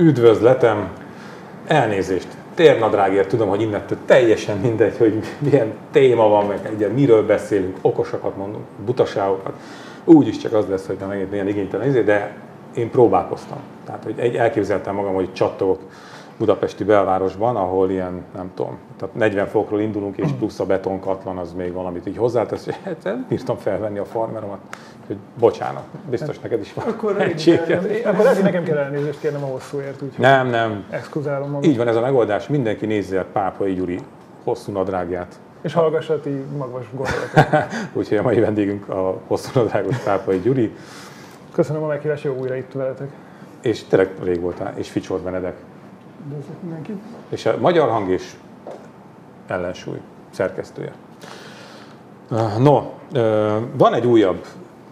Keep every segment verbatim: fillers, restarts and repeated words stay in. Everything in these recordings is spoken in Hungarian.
Üdvözletem, elnézést, térnadrágért tudom, hogy innentől teljesen mindegy, hogy milyen téma van, meg egyáltalán miről beszélünk, okosakat mondunk, butaságokat. Úgyis csak az lesz, hogy nem megint ilyen igénytelen izé, de én próbálkoztam. Tehát, hogy egy elképzeltem magam, hogy csattogok budapesti belvárosban, ahol ilyen, nem tudom, tehát negyven fokról indulunk, és plusz a betonkatlan, az még valamit így hozzátesz, és nem bírtam felvenni a farmeromat, hogy bocsánat, biztos neked is van akkor egységed. Akkor lehet, hogy nekem kell elnézést kérnem a hosszúért, úgyhogy nem, nem. exkluzálom magam. Így van ez a megoldás, mindenki nézze a Pápai Gyuri hosszú nadrágját. És hallgassa ti magvas gondolatot. Úgyhogy a mai vendégünk a hosszú nadrágos Pápai Gyuri. Köszönöm a meghívást, jó újra itt veletek. És tényleg rég voltál, és Ficsor Benedek. Üdvözlök mindenkit. És a Magyar Hang és Ellensúly szerkesztője. No, van egy újabb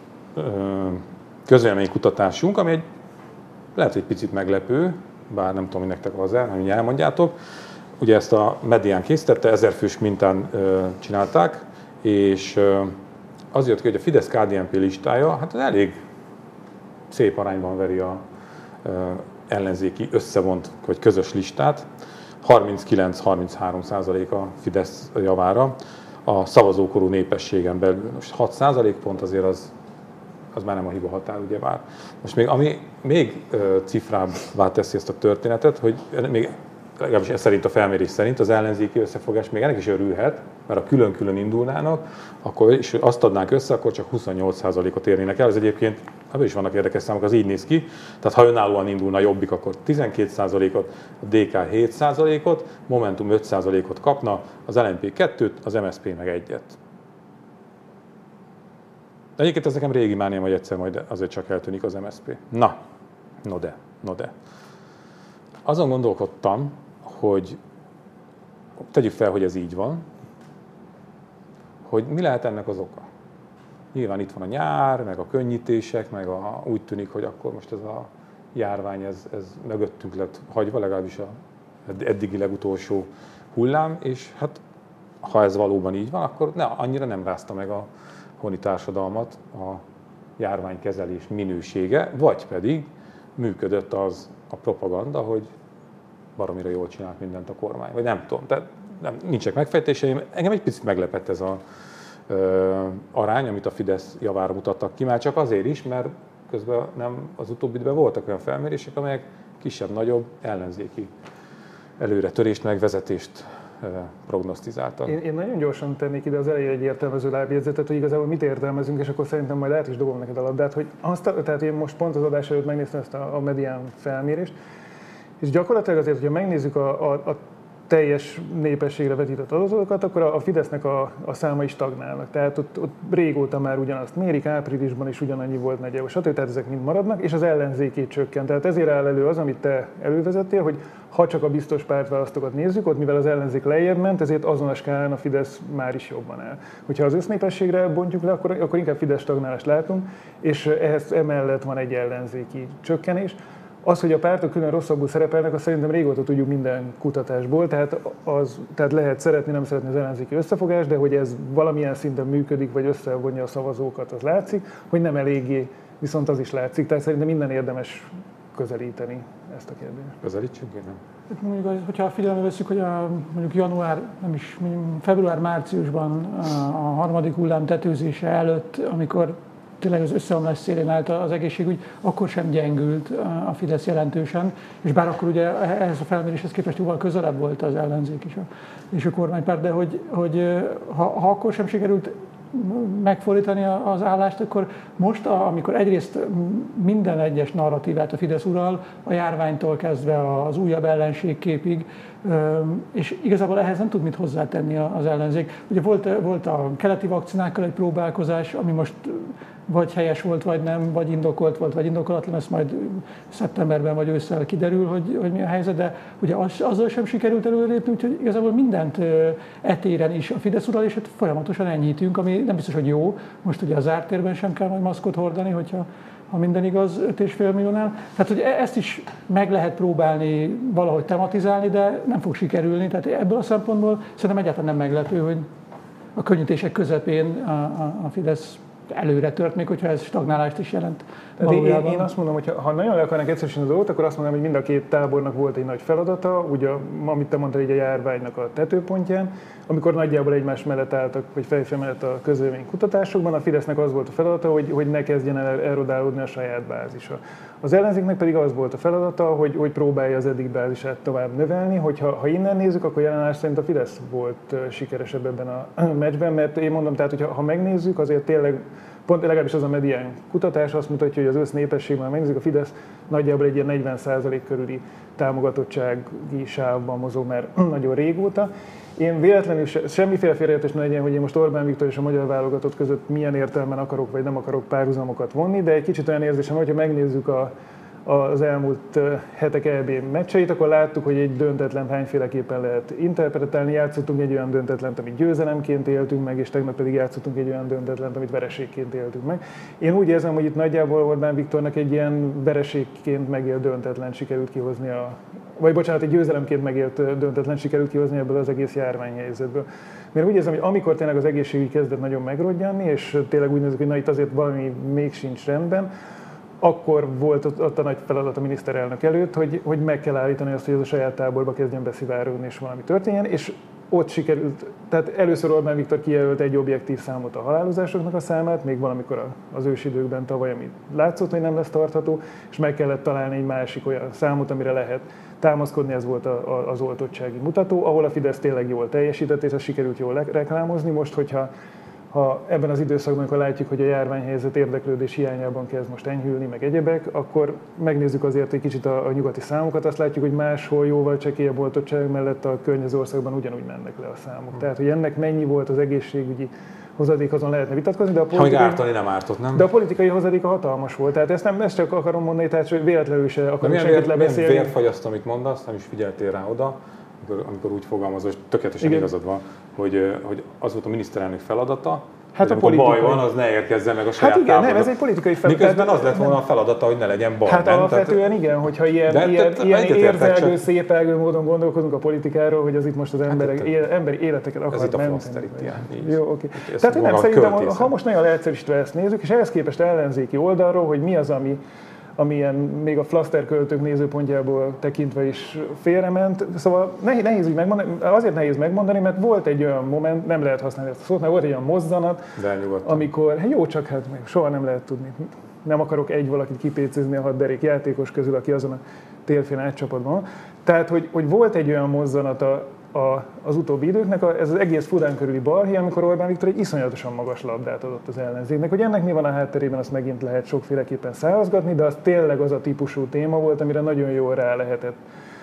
közvéleménykutatásunk, ami egy, lehet, hogy picit meglepő, bár nem tudom, hogy nektek az el, hogy elmondjátok. Ugye ezt a Medián készítette, ezerfős mintán csinálták, és az jött ki, hogy a Fidesz-ká dé en pé listája hát elég szép arányban veri a ellenzéki összevont vagy közös listát. harminckilenc-harminchárom százalék a Fidesz javára, a szavazókorú népességen belül. Most hat százalék pont azért az, az már nem a hiba határ, ugyebár. Most még, ami még cifrábbá teszi ezt a történetet, hogy még legalábbis ez szerint a felmérés szerint az ellenzéki összefogás még ennek is örülhet, mert ha külön-külön indulnának, akkor, és azt adnánk össze, akkor csak huszonnyolc százalékot érnének el. Ez egyébként, ebből is vannak érdekes számok, az így néz ki. Tehát ha önállóan indulna a Jobbik, akkor tizenkét százalékot, a dé ká hét százalékot, Momentum öt százalékot kapna, az el en pé kettőt, az em es zé pé meg egyet. De egyébként ez nekem régi mániám, hogy egyszer majd azért csak eltűnik az em es zé pé. Na, no de, no de. Azon gondolkodtam, hogy tegyük fel, hogy ez így van, hogy mi lehet ennek az oka. Nyilván itt van a nyár, meg a könnyítések, meg a, úgy tűnik, hogy akkor most ez a járvány, ez, ez mögöttünk lett hagyva, legalábbis a eddigi legutolsó hullám, és hát ha ez valóban így van, akkor ne, annyira nem rázta meg a honi társadalmat a járványkezelés minősége, vagy pedig működött az a propaganda, hogy baromira jól csinált mindent a kormány, vagy nem tudom, tehát nem, nincsek megfejtéseim. Engem egy picit meglepett ez a ö, arány, amit a Fidesz javára mutattak ki, már csak azért is, mert közben nem, az utóbbi időben voltak olyan felmérések, amelyek kisebb-nagyobb ellenzéki előretörést, meg vezetést ö, prognosztizáltak. Én, én nagyon gyorsan tennék ide az elejére egy értelmező lábjegyzetet, hogy igazából mit értelmezünk, és akkor szerintem majd át is dobom neked a labdát, hogy azt, tehát én most pont az adás előtt megnéztem ezt a, a Medián felmérést, és gyakorlatilag azért, hogyha megnézzük a, a, a teljes népességre vetített adatokat, akkor a Fidesznek a, a számai stagnálnak. Tehát ott, ott régóta már ugyanazt mérik, áprilisban is ugyanannyi volt nagyjából, stb. Tehát ezek mind maradnak, és az ellenzékét csökkent. Tehát ezért áll elő az, amit te elővezettél, hogy ha csak a biztos pártválasztókat nézzük, ott mivel az ellenzék lejjebb ment, ezért azon a skálán a Fidesz már is jobban áll. Hogyha az össznépességre bontjuk le, akkor, akkor inkább Fidesz stagnálást látunk, és ehhez emellett van egy ellenzéki csökkenés. Az, hogy a pártok külön rosszabbul szerepelnek, azt szerintem régóta tudjuk minden kutatásból, tehát, az, tehát lehet szeretni, nem szeretni az ellenzéki összefogást, de hogy ez valamilyen szinten működik, vagy összevonja a szavazókat, az látszik, hogy nem eléggé, viszont az is látszik, tehát szerintem minden érdemes közelíteni ezt a kérdést. Közelítsünk, én nem? Mondjuk, hogyha figyelembe veszük, hogy a, mondjuk január, nem is, február-márciusban a harmadik hullám tetőzése előtt, amikor tényleg az összeomlás szélén állt az egészségügy, akkor sem gyengült a Fidesz jelentősen, és bár akkor ugye ehhez a felméréshez képest jóval közelebb volt az ellenzék is a, és a kormánypárt, de hogy, hogy ha, ha akkor sem sikerült megfordítani az állást, akkor most, amikor egyrészt minden egyes narratívát a Fidesz ural, a járványtól kezdve az újabb ellenségképig, és igazából ehhez nem tud mit hozzátenni az ellenzék. Ugye volt, volt a keleti vakcinákkal egy próbálkozás, ami most vagy helyes volt, vagy nem, vagy indokolt volt, vagy indokolatlan, ez majd szeptemberben vagy ősszel kiderül, hogy, hogy mi a helyzet, de ugye az, azzal sem sikerült előrelépni, úgyhogy igazából mindent etéren is a Fidesz ural, és hát folyamatosan enyhítünk, ami nem biztos, hogy jó. Most ugye a zárt térben sem kell majd maszkot hordani, hogyha ha minden igaz, öt és fél milliónál. Tehát, hogy ezt is meg lehet próbálni valahogy tematizálni, de nem fog sikerülni. Tehát ebből a szempontból szerintem egyáltalán nem meglepő, hogy a könnyítések közepén a, a, a Fidesz előre tört, még hogyha ez stagnálást is jelent. Én, én azt mondom, hogy ha nagyon le akarnak egyszerűsíteni a dolgot, akkor azt mondom, hogy mind a két tábornak volt egy nagy feladata, ugye, amit te mondtad, így a járványnak a tetőpontján, amikor nagyjából egymás mellett álltak, vagy fejfej mellett a közvéleménykutatásokban, a Fidesznek az volt a feladata, hogy, hogy ne kezdjen el erodálódni a saját bázisa. Az ellenzéknek pedig az volt a feladata, hogy, hogy próbálja az eddig bázisát tovább növelni, hogyha ha innen nézzük, akkor jelenállás szerint a Fidesz volt sikeresebb ebben a meccsben, mert én mondom, tehát, hogy ha, ha megnézzük, azért tényleg pont legalábbis az a medián kutatás azt mutatja, hogy az össznépességben, ha megnézzük, a Fidesz nagyjából egy ilyen negyven százalék körüli támogatottsági sávban mozog már nagyon régóta. Én véletlenül se, semmiféle félreértés ne legyen, hogy én most Orbán Viktor és a magyar válogatott között milyen értelemben akarok vagy nem akarok párhuzamokat vonni, de egy kicsit olyan érzésem, hogyha megnézzük a, az elmúlt hetek é bé meccseit, akkor láttuk, hogy egy döntetlent hányféleképpen lehet interpretálni. Játszottunk egy olyan döntetlent, amit győzelemként éltünk meg, és tegnap pedig játszottunk egy olyan döntetlent, amit vereségként éltünk meg. Én úgy érzem, hogy itt nagyjából Orbán Viktornak egy ilyen vereségként megélt döntetlen sikerült kihozni a vagy bocsánat, egy győzelemként megélt döntetlen sikerült kihozni ebből az egész járványhelyzetből. Mert úgy érzem, hogy amikor tényleg az egészségügy kezdett nagyon megrodjanni, és tényleg úgy nézzük, hogy na itt azért valami még sincs rendben, akkor volt ott, ott a nagy feladat a miniszterelnök előtt, hogy, hogy meg kell állítani azt, hogy ez a saját táborba kezdjen beszivárogni, és valami történjen, és ott sikerült, tehát először Orbán Viktor kijelölt egy objektív számot a halálozásoknak a számát, még valamikor az ősidőkben tavaly, ami látszott, hogy nem lesz tartható, és meg kellett találni egy másik olyan számot, amire lehet támaszkodni, ez volt a, a, az oltottsági mutató, ahol a Fidesz tényleg jól teljesített, és ezt sikerült jól reklámozni. Most, hogyha ha ebben az időszakban, amikor látjuk, hogy a járványhelyzet érdeklődés hiányában kezd most enyhülni, meg egyebek, akkor megnézzük azért egy kicsit a, a nyugati számokat, azt látjuk, hogy máshol jóval csekélyebb oltottság mellett a környező országban ugyanúgy mennek le a számok. Tehát, hogy ennek mennyi volt az egészségügyi hozadék, azon lehetne vitatkozni, de a politikai, ha ártani nem ártott, nem? De a politikai hozadék a hatalmas volt. Tehát ezt, nem, ezt csak akarom mondani, tehát hogy véletlenül se akarom senkit lebeszélni. Milyen vérfagyaszt, amit mondasz, nem is figyeltél rá oda, amikor, amikor úgy fogalmazol, és tökéletesen igazad van, hogy, hogy az volt a miniszterelnök feladata, hát hogy a politikai baj van, az ne érkezzen meg a saját Hát igen, táborba. nem, ez egy politikai feladat. Miközben az lett volna a feladata, hogy ne legyen baj. Hát alapvetően igen, hogyha ilyen, de, ilyen, de, ilyen érzelgő, szépelgő módon gondolkozunk a politikáról, hogy az itt most az emberek, hát éle, emberi életeket akar menteni. Ez itt a flaster. Jó, oké. Okay. Tehát nem, szerintem, ha most nagyon leegyszerűsítve ezt nézzük, és ehhez képest ellenzéki oldalról, hogy mi az, ami amilyen még a flaster költők nézőpontjából tekintve is félrement. Szóval nehéz, nehéz úgy megmondani, azért nehéz megmondani, mert volt egy olyan moment, nem lehet használni ezt a szót, mert volt egy olyan mozzanat, amikor, hát jó, csak hát még soha nem lehet tudni. Nem akarok egy valakit kipécézni a hat derék játékos közül, aki azon a télfén átcsapatban van. Tehát, hogy, hogy volt egy olyan mozzanat a, A, az utóbbi időknek, a, ez az egész Fudán körüli balhé, amikor Orbán Viktor egy iszonyatosan magas labdát adott az ellenzéknek. Hogy ennek mi van a hátterében, azt megint lehet sokféleképpen százgatni, de az tényleg az a típusú téma volt, amire nagyon jól rá lehetett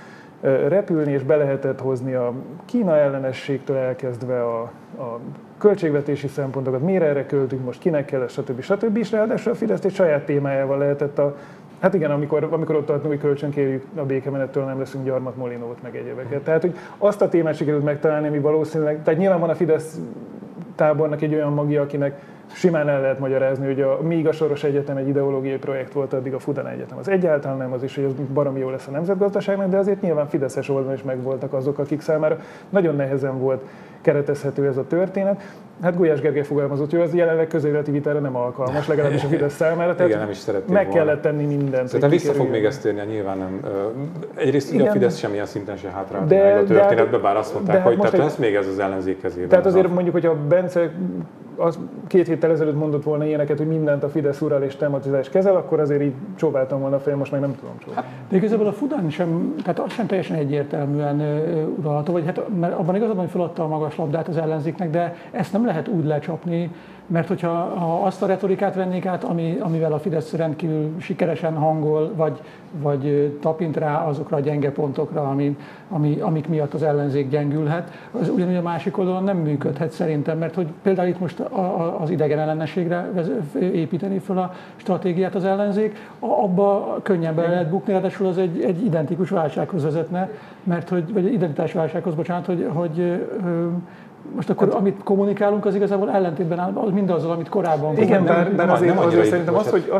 repülni, és be lehetett hozni a Kína ellenességtől elkezdve a, a költségvetési szempontokat, mire erre költünk most, kinek kell, stb. stb. És ráadásul a Fidesz egy saját témájával lehetett a Hát igen, amikor, amikor ott tartunk, hogy kölcsönkérjük a békemenettől, nem leszünk Gyarmat Molinót, meg egyebeket. Tehát, hogy azt a témát sikerült megtalálni, ami valószínűleg, tehát nyilván van a Fidesz tábornak egy olyan magja, akinek simán el lehet magyarázni, hogy a, míg a Soros Egyetem egy ideológiai projekt volt, addig a Fudán Egyetem az egyáltalán nem, az is, hogy ez baromi jó lesz a nemzetgazdaságnak, de azért nyilván fideszes oldalon is megvoltak azok, akik számára nagyon nehezen volt keretezhető ez a történet. Hát Gulyás Gergely fogalmazott, hogy az jelenleg közéleti vitára nem alkalmas, legalábbis a Fidesz számára. Tehát igen, nem is szerették meg volna. Kellett tenni mindent. Szerintem vissza fog még ezt térni, nyilván nem. Egyrészt ugye a Fidesz semmilyen szinten se hátrált de, meg a történetbe, bár azt mondták, hogy tehát egy, lesz még ez az ellenzék kezében. Tehát azért mondjuk, hogyha Bence az két héttel ezelőtt mondott volna ilyeneket, hogy mindent a Fidesz ural és tematizás kezel, akkor azért így csóváltam volna a fejem, most meg nem tudom csóválni. De igazából a Fudán sem, tehát az sem teljesen egyértelműen uralható, vagy hát mert abban igazabban, hogy feladta a magas labdát az ellenzéknek, de ezt nem lehet úgy lecsapni, mert hogyha ha azt a retorikát vennék át, ami, amivel a Fidesz rendkívül sikeresen hangol, vagy, vagy tapint rá azokra a gyenge pontokra, ami, ami, amik miatt az ellenzék gyengülhet, az ugyanúgy a másik oldalon nem működhet szerintem, mert hogy például itt most a, a, az idegen ellenességre építeni föl a stratégiát az ellenzék, abba könnyen bele lehet bukni, ráadásul az egy, egy identikus válsághoz vezetne, mert hogy, vagy egy identitásválsághoz, bocsánat, hogy, hogy ö, most akkor, hát, amit kommunikálunk, az igazából ellentétben áll, az mindazzal, amit korábban igen, bár, bár azért, azért szerintem az hogy, az, hogy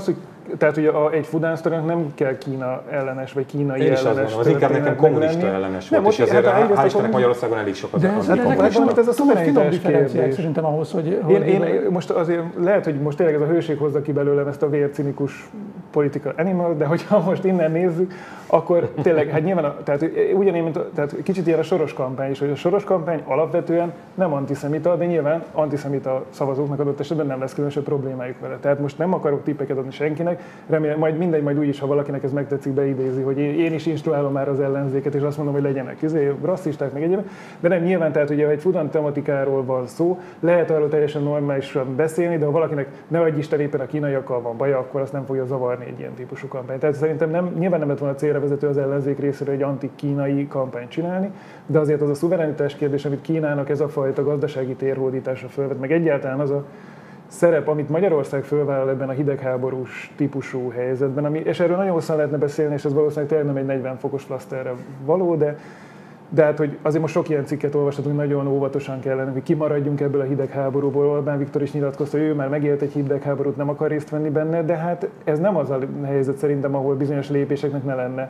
tehát ugye a, egy Fudán sztorinak nem kell Kína ellenes, vagy kínai Én is ellenes. Azt gondolom, az inkább nekem kommunista lenni. ellenes volt, és ezért hát, hál' Istennek Magyarországon elég sok az de ez, az kommunista. Ez a szuverenitás kérdés. Szerintem ahhoz, hogy... Én, én most azért lehet, hogy most tényleg ez a hőség hozza ki belőlem ezt a vércinikus political animal, de hogyha most innen nézzük, akkor tényleg, hát nyilván, tehát ugyanígy, mint a, tehát kicsit ilyen a Soros kampány is, hogy a Soros kampány alapvetően nem antiszemita, de nyilván antiszemita szavazóknak adott esetben nem lesz különösebb problémájuk vele. Tehát most nem akarok tippeket adni senkinek, remélem, majd mindegy, majd úgyis, ha valakinek ez megtetszik, beidézi, hogy én is instruálom már az ellenzéket, és azt mondom, hogy legyenek izé, rasszisták, meg egyébként. De nem, nyilván, tehát ugye egy Fudan tematikáról van szó, lehet arról teljesen normálisan beszélni, de ha valakinek ne adj Isten éppen a kínaiakkal van baja, akkor azt nem fogja zavarni egy ilyen típusú kampány. Tehát szerintem nem, nyilván nem lett volna célra vezető az ellenzék részéről egy anti-kínai kampányt csinálni, de azért az a szuverenitás kérdés, amit Kínának ez a fajta gazdasági térhódításra fölvet, meg egyáltalán az a szerep, amit Magyarország fölvállal ebben a hidegháborús típusú helyzetben, ami, és erről nagyon hosszan lehetne beszélni, és ez valószínűleg tényleg nem egy negyven fokos flaszterre való, de, de hát, hogy azért most sok ilyen cikket olvashatunk, hogy nagyon óvatosan kellene, hogy kimaradjunk ebből a hidegháborúból. Orbán Viktor is nyilatkozta, hogy ő már megélt egy hidegháborút, nem akar részt venni benne, de hát ez nem az a helyzet szerintem, ahol bizonyos lépéseknek ne lenne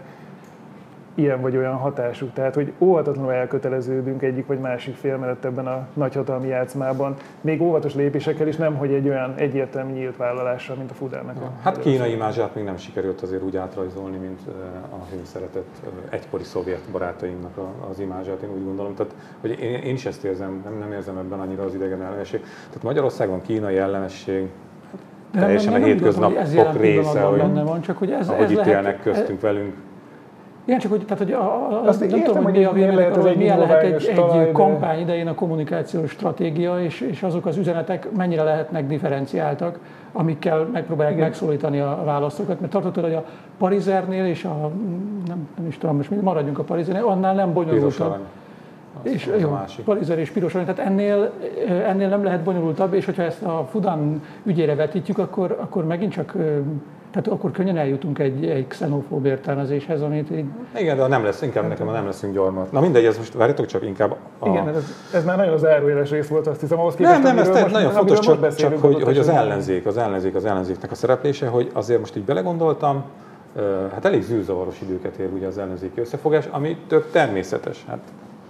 ilyen vagy olyan hatásuk. Tehát, hogy óvatatlanul elköteleződünk egyik vagy másik fél mellett ebben a nagyhatalmi játszmában, még óvatos lépésekkel is, nem hogy egy olyan egyértelmű nyílt vállalással, mint a Fudánnak. Ja, hát Kína imázsát még nem sikerült azért úgy átrajzolni, mint a hőn szeretett egykori szovjet barátainknak az imázsát, én úgy gondolom. Tehát, hogy én, én is ezt érzem, nem, nem érzem ebben annyira az idegen ellenesség. Tehát Magyarországon kínai ellenesség teljesen a hétköznapok része, hogy van, csak hogy ez, ahogy ez itt lehet, élnek köztünk velünk. Igen, csak hogy, tehát, hogy a, a, Azt nem értem, tudom, hogy mi a vélemények arról, hogy milyen lehet egy, talaj, egy kampány idején a kommunikációs stratégia, és, és azok az üzenetek mennyire lehetnek differenciáltak, amikkel megpróbálják igen. megszólítani a választókat. Mert tartottad, hogy a Parizernél és a, nem, nem is tudom, most maradjunk a Parizernél, annál nem bonyolultabb. És jó, Parizer és piros arany, tehát ennél, ennél nem lehet bonyolultabb, és hogyha ezt a Fudan ügyére vetítjük, akkor, akkor megint csak, tehát akkor könnyen eljutunk egy, egy xenofób értelmezéshez, amit így... Igen, de nem lesz, inkább nekem nem leszünk gyarmat. Na mindegy, ez most várjátok csak inkább a... Igen, ez, ez már nagyon zárójeles rész volt, azt hiszem, ahhoz képest, nem, nem, ez most, nagyon fontos, csak, csak hogy, hogy az ellenzék, az ellenzék, az ellenzéknek a szereplése, hogy azért most így belegondoltam, hát elég zűrzavaros időket ér ugye az ellenzéki összefogás, ami tök természetes. Hát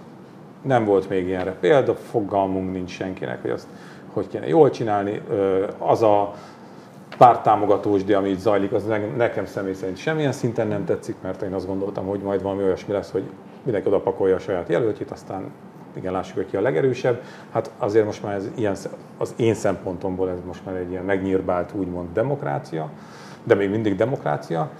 nem volt még ilyenre példa, fogalmunk nincs senkinek, hogy azt hogy kéne jól csinálni. Az a párttámogatósdi, ami itt zajlik, az nekem személy szerint semmilyen szinten nem tetszik, mert én azt gondoltam, hogy majd valami olyasmi lesz, hogy mindenki oda pakolja a saját jelöltjét, aztán igen, lássuk, hogy ki a legerősebb. Hát azért most már ez ilyen, az én szempontomból ez most már egy ilyen megnyírbált úgymond demokrácia, de még mindig demokrácia.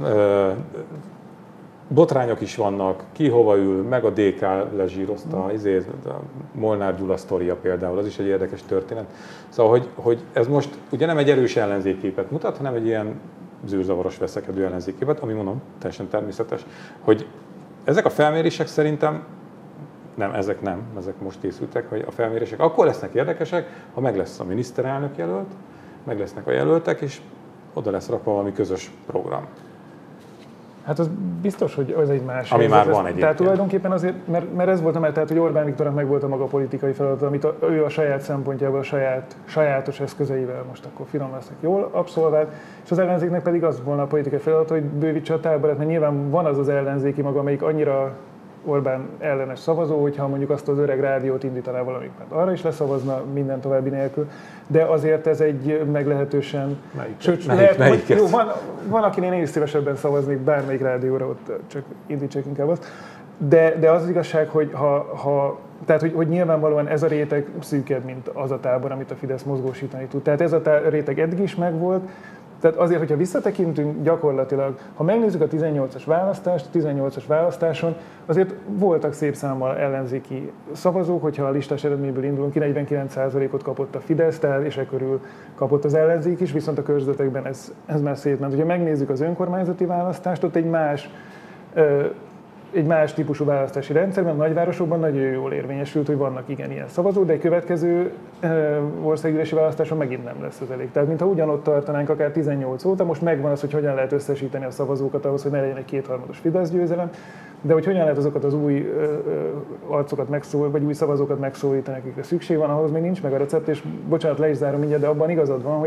Botrányok is vannak, ki hova ül, meg a dé ká lezsírozta, ezért a Molnár Gyula sztoria például, az is egy érdekes történet. Szóval, hogy, hogy ez most ugye nem egy erős ellenzékképet mutat, hanem egy ilyen zűrzavaros veszekedő ellenzékképet, ami mondom, teljesen természetes, hogy ezek a felmérések szerintem, nem, ezek nem, ezek most készültek, hogy a felmérések akkor lesznek érdekesek, ha meg lesz a miniszterelnök jelölt, meg lesznek a jelöltek, és oda lesz rakva valami közös program. Hát az biztos, hogy az egy más. Ami már van egyébként. Tehát tulajdonképpen azért, mert, mert ez volt a tehát, hogy Orbán Viktornak meg volt a maga politikai feladata, amit a, ő a saját szempontjából, a saját, sajátos eszközeivel most akkor finom lesznek jól abszolvált, és az ellenzéknek pedig az volna a politikai feladata, hogy bővítse a táborát, mert nyilván van az az ellenzéki maga, amelyik annyira Orbán ellenes szavazó, hogyha mondjuk azt az öreg rádiót indítaná valamit, mert arra is leszavazna minden további nélkül, de azért ez egy meglehetősen... Melyik? Sőt, melyik, lehet, jó, van, van, akinél én is szívesebben szavaznék bármelyik rádióra, ott csak indítsak inkább azt, de, de az, az igazság, hogy ha, ha tehát, hogy, hogy nyilvánvalóan ez a réteg szűkebb, mint az a tábor, amit a Fidesz mozgósítani tud. Tehát ez a tá- réteg eddig is megvolt. Tehát azért, hogyha visszatekintünk gyakorlatilag, ha megnézzük a tizennyolcas választást, a tizennyolcas választáson azért voltak szép számmal ellenzéki szavazók, hogyha a listás eredményből indulunk ki, negyvenkilenc százalékot kapott a Fidesz, tehát és e körül kapott az ellenzék is, viszont a körzetekben ez, ez már szétment. Ha megnézzük az önkormányzati választást, ott egy más egy más típusú választási rendszerben, a nagyvárosokban nagyon jól érvényesült, hogy vannak igen ilyen szavazók, de egy következő országgyűlési választáson megint nem lesz ez elég. Tehát mintha ugyanott tartanánk akár tizennyolc óta, most megvan az, hogy hogyan lehet összesíteni a szavazókat ahhoz, hogy ne legyen egy kétharmados Fidesz győzelem, de hogy hogyan lehet azokat az új arcokat megszól, vagy új szavazókat megszólítani, akikre szükség van, ahhoz még nincs meg a recept, és bocsánat, le is zárom mindjárt, de abban igazad van, hogy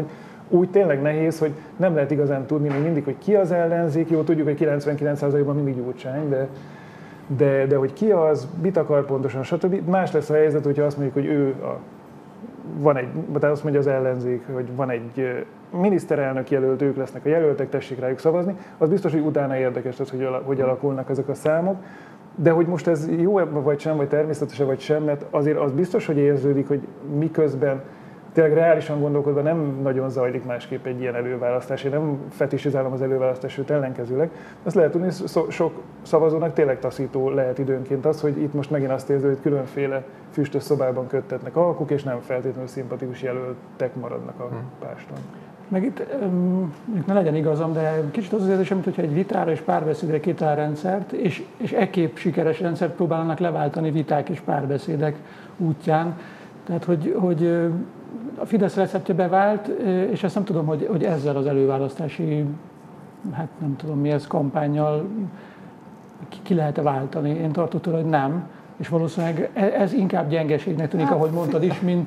úgy tényleg nehéz, hogy nem lehet igazán tudni még mindig, hogy ki az ellenzék. Jó, tudjuk, hogy kilencvenkilenc százalékban mindig Gyurcsány, de, de, de hogy ki az, mit akar pontosan, stb. Más lesz a helyzet, hogyha azt mondjuk, hogy ő a, van egy, tehát azt mondja az ellenzék, hogy van egy miniszterelnök jelölt, ők lesznek a jelöltek, tessék rájuk szavazni, az biztos, hogy utána érdekes az, hogy, hogy alakulnak ezek a számok. De hogy most ez jó vagy sem, vagy természetesen vagy sem, mert azért az biztos, hogy érződik, hogy miközben tényleg reálisan gondolkodva nem nagyon zajlik másképp egy ilyen előválasztás. Én nem fetisizálom az előválasztást, sőt ellenkezőleg. Azt lehet tudni, hogy sok szavazónak tényleg taszító lehet időnként az, hogy itt most megint azt érzi, hogy különféle füstös szobában köttetnek alkuk, és nem feltétlenül szimpatikus jelöltek maradnak a páston. Meg itt, um, ne legyen igazam, de kicsit az az érzésem, mintha egy vitára és párbeszédre kitalál rendszert, és, és ekképp sikeres rendszert próbálnak leváltani viták és párbeszédek útján. Tehát, hogy, hogy a Fidesz receptje bevált, és ezt nem tudom, hogy, hogy ezzel az előválasztási, hát nem tudom mi ez, kampánnyal ki, ki lehet-e váltani. Én tartottam, hogy nem, és valószínűleg ez inkább gyengeségnek tűnik, ahogy mondtad is, mint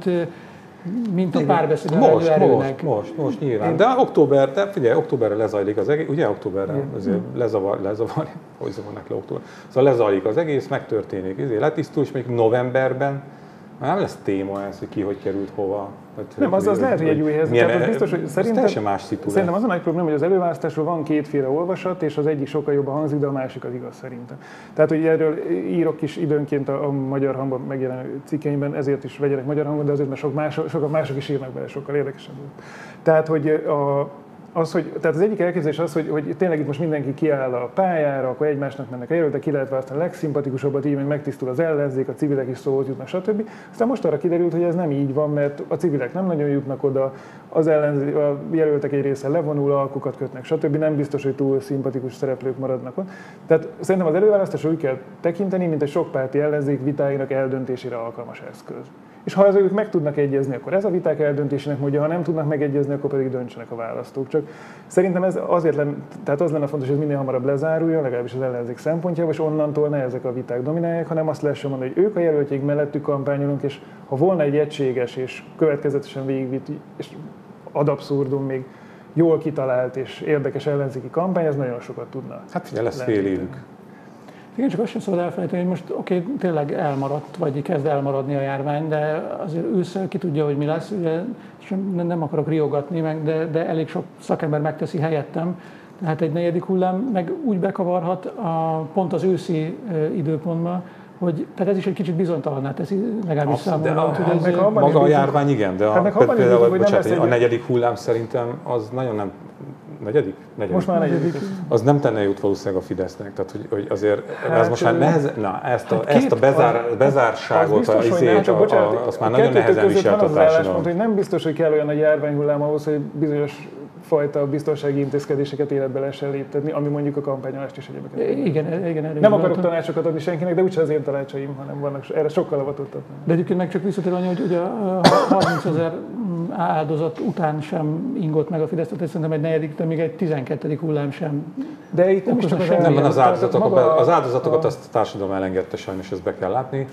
mint a párbeszéd most, erőnek. Most, most, most nyilván. De október, de figyelj, októberre lezajlik az egész, ugye októberre azért lezavar, lezavar, hogy zavarnak le október. Szóval lezajlik az egész, megtörténik, ezért letisztul, és mondjuk novemberben már nem lesz téma ez, hogy ki hogy került hova. Nem, az, az lehet, hogy egy új helyzet. Milyen, tehát az biztos, hogy szerintem, más szitu szerintem az a nagy probléma, hogy az előválasztásról van kétféle olvasat, és az egyik sokkal jobban hangzik, de a másik az igaz szerintem. Tehát, hogy erről írok is időnként a, a Magyar Hangban megjelenő cikkeimben, ezért is vegyenek Magyar Hangon, de azért, mert sok más, sokan mások is írnak bele, sokkal érdekesebb volt. Tehát, hogy a, az, hogy, tehát az egyik elképzelés az, hogy, hogy tényleg itt most mindenki kiáll a pályára, akkor egymásnak mennek a jelöltek, ki lehet választani a legszimpatikusabbat, így meg megtisztul az ellenzék, a civilek is szóhoz jutnak, stb. Aztán most arra kiderült, hogy ez nem így van, mert a civilek nem nagyon jutnak oda, az ellenzék, a jelöltek egy része levonul, alkukat kötnek, stb. Nem biztos, hogy túl szimpatikus szereplők maradnak ott. Tehát szerintem az előválasztásra úgy kell tekinteni, mint egy sokpárti ellenzék vitáinak eldöntésére alkalmas eszköz. És ha az ők meg tudnak egyezni, akkor ez a viták eldöntésének módja, ha nem tudnak megegyezni, akkor pedig döntsenek a választók. Csak szerintem ez azért lenne, tehát az lenne fontos, hogy minél hamarabb lezáruljon, legalábbis az ellenzék szempontjából, és onnantól ne ezek a viták dominálják, hanem azt lehessen mondani, hogy ők a jelöltjék mellettük kampányolunk, és ha volna egy egységes és következetesen végigvitt, és ad abszurdum még jól kitalált és érdekes ellenzéki kampány, ez nagyon sokat tudna. Hát figyelj, lesz fél évük. Igen, csak azt sem szabad elfelejteni, hogy most oké, okay, tényleg elmaradt, vagy kezd elmaradni a járvány, de azért ősszel ki tudja, hogy mi lesz, ugye, nem, nem akarok riogatni, meg, de, de elég sok szakember megteszi helyettem, tehát egy negyedik hullám meg úgy bekavarhat a, pont az őszi időpontban, hogy tehát ez is egy kicsit bizonytalanná teszi, legalábbis számomra. A, hogy ez a, maga a járvány igen, de a, hát például, például, bocsánat, a negyedik hullám szerintem az nagyon nem... Negyedik? negyedik? Most már negyedik. Az nem tenne jót valószínűleg a Fidesznek, tehát hogy, hogy azért hát, ez most már nehezen, na ezt a, hát ezt a bezár, bezárságot, az biztos, a, a, a, a, azt már nagyon nehezen viselt a társadalom. Hogy nem biztos, hogy kell olyan nagy járványhullám ahhoz, hogy bizonyos fajta biztonsági intézkedéseket életbe lehessen léptetni, ami mondjuk a kampányolást is egyébként. Igen, igen, nem akarok tanácsokat adni senkinek, de úgyse az én tanácsaim, hanem vannak erre sokkal avatott. De egyébként meg csak visszatérni, hogy ugye a harmincezer áldozat után sem ingott meg a Fidesz, tehát szerintem egy negyedik, de még egy tizenkettedik hullám sem. De itt nem is csak az, nem van az áldozatokat, az áldozatokat a... azt a társadalom elengedte, sajnos ezt be kell látni,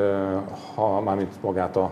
ha mármint magát a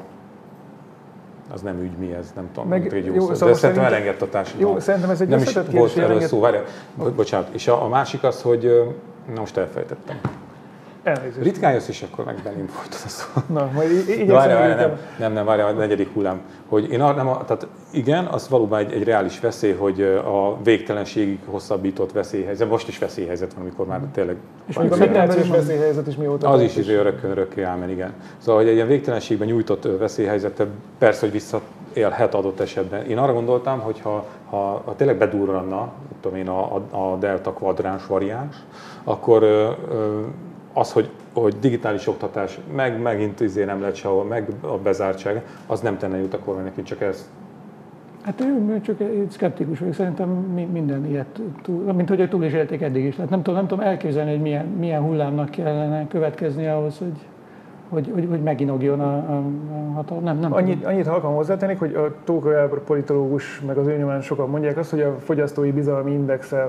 az nem ügy, mi ez, nem tudom, meg, egy jó, jó szó, szóval de szerintem elengedett a társadalom. Jó, szerintem ez egy nem is volt erről szó, várjál, bocsánat. És a, a másik az, hogy, na most elfelejtettem. Elnézést. Ritkán jössz, és akkor meg belém folytod a szó. Na, majd így, így várjál, várjál, nem, nem, nem, várjál, a negyedik hullám. Hogy én nem, tehát igen, az valóban egy, egy reális veszély, hogy a végtelenségig hosszabbított veszélyhelyzet, most is veszélyhelyzet van, amikor már tényleg... És még a migrációs veszélyhelyzet is mióta? Az is örökkön örökké ámen, igen. Szóval, hogy egy ilyen végtelenségben nyújtott veszélyhelyzete persze, hogy visszaélhet adott esetben. Én arra gondoltam, hogy ha, ha, ha tényleg bedurranna, tudom én, a, a delta kvadráns variáns, akkor ö, ö, az, hogy, hogy digitális oktatás, meg megint izé nem lehet sehol, meg a bezártság, az nem tenne jut a kormánynak, mint csak ez. Hát ő csak szkeptikus vagyok, szerintem minden ilyet, túl, mint hogy túl is élték eddig is. Tehát nem tudom, nem tudom elképzelni, hogy milyen, milyen hullámnak kellene következni ahhoz, hogy, hogy, hogy, hogy meginogjon a, a, a hatalom. Nem, nem annyit, annyit halkan hozzátennék, hogy a Tóka Gábor politológus, meg az ő nyomán sokan mondják azt, hogy a fogyasztói bizalmi indexel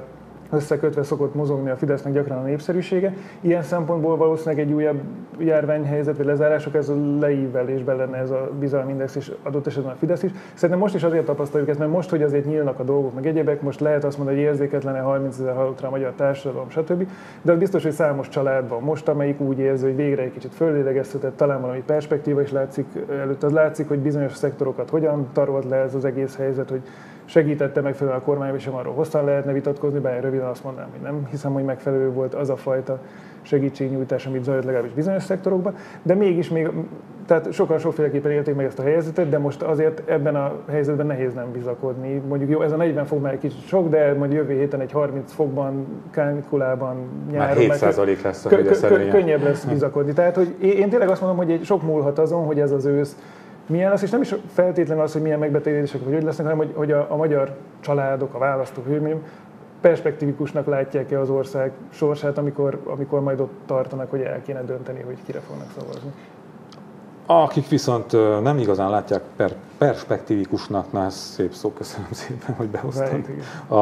összekötve szokott mozogni a Fidesznek gyakran a népszerűsége. Ilyen szempontból valószínűleg egy újabb járványhelyzet vagy lezárások, ez a leívelésben lenne ez a bizalmindex, és adott esetben a Fidesz is. Szerintem most is azért tapasztaljuk ezt, mert most, hogy azért nyílnak a dolgok, meg egyebek, most lehet azt mondani, hogy érzéketlene harmincezer halottra a magyar társadalom, stb. De az biztos, hogy számos családban most, amelyik úgy érzi, hogy végre egy kicsit föllélegeztetett, talán valami perspektíva is látszik előtt, az látszik, hogy bizonyos szektorokat hogyan tarolt le ez az egész helyzet, hogy segítette megfelelően a kormány, és sem arról hosszan lehetne vitatkozni, bár röviden azt mondanám, hogy nem hiszem, hogy megfelelő volt az a fajta segítségnyújtás, amit zajlott legalábbis bizonyos szektorokban, de mégis még, tehát sokan sokféleképpen élték meg ezt a helyzetet, de most azért ebben a helyzetben nehéz nem bizakodni. Mondjuk jó, ez a negyven fok már egy kicsit sok, de majd jövő héten egy harminc fokban, kánikulában, nyáron már hét százalék lesz a Fidesz kö- könnyebb lesz bizakodni. Tehát, hogy én tényleg azt mondom, hogy egy sok múlhat azon, hogy ez az ősz milyen lesz, és nem is feltétlenül az, hogy milyen megbetegedések vagy hogy lesznek, hanem hogy, hogy a, a magyar családok, a választók, hogy mondjam, perspektívikusnak látják-e az ország sorsát, amikor, amikor majd ott tartanak, hogy el kéne dönteni, hogy kire fognak szavazni. Akik viszont nem igazán látják per, perspektívikusnak, na ez szép szó, köszönöm szépen, hogy behoztam. A,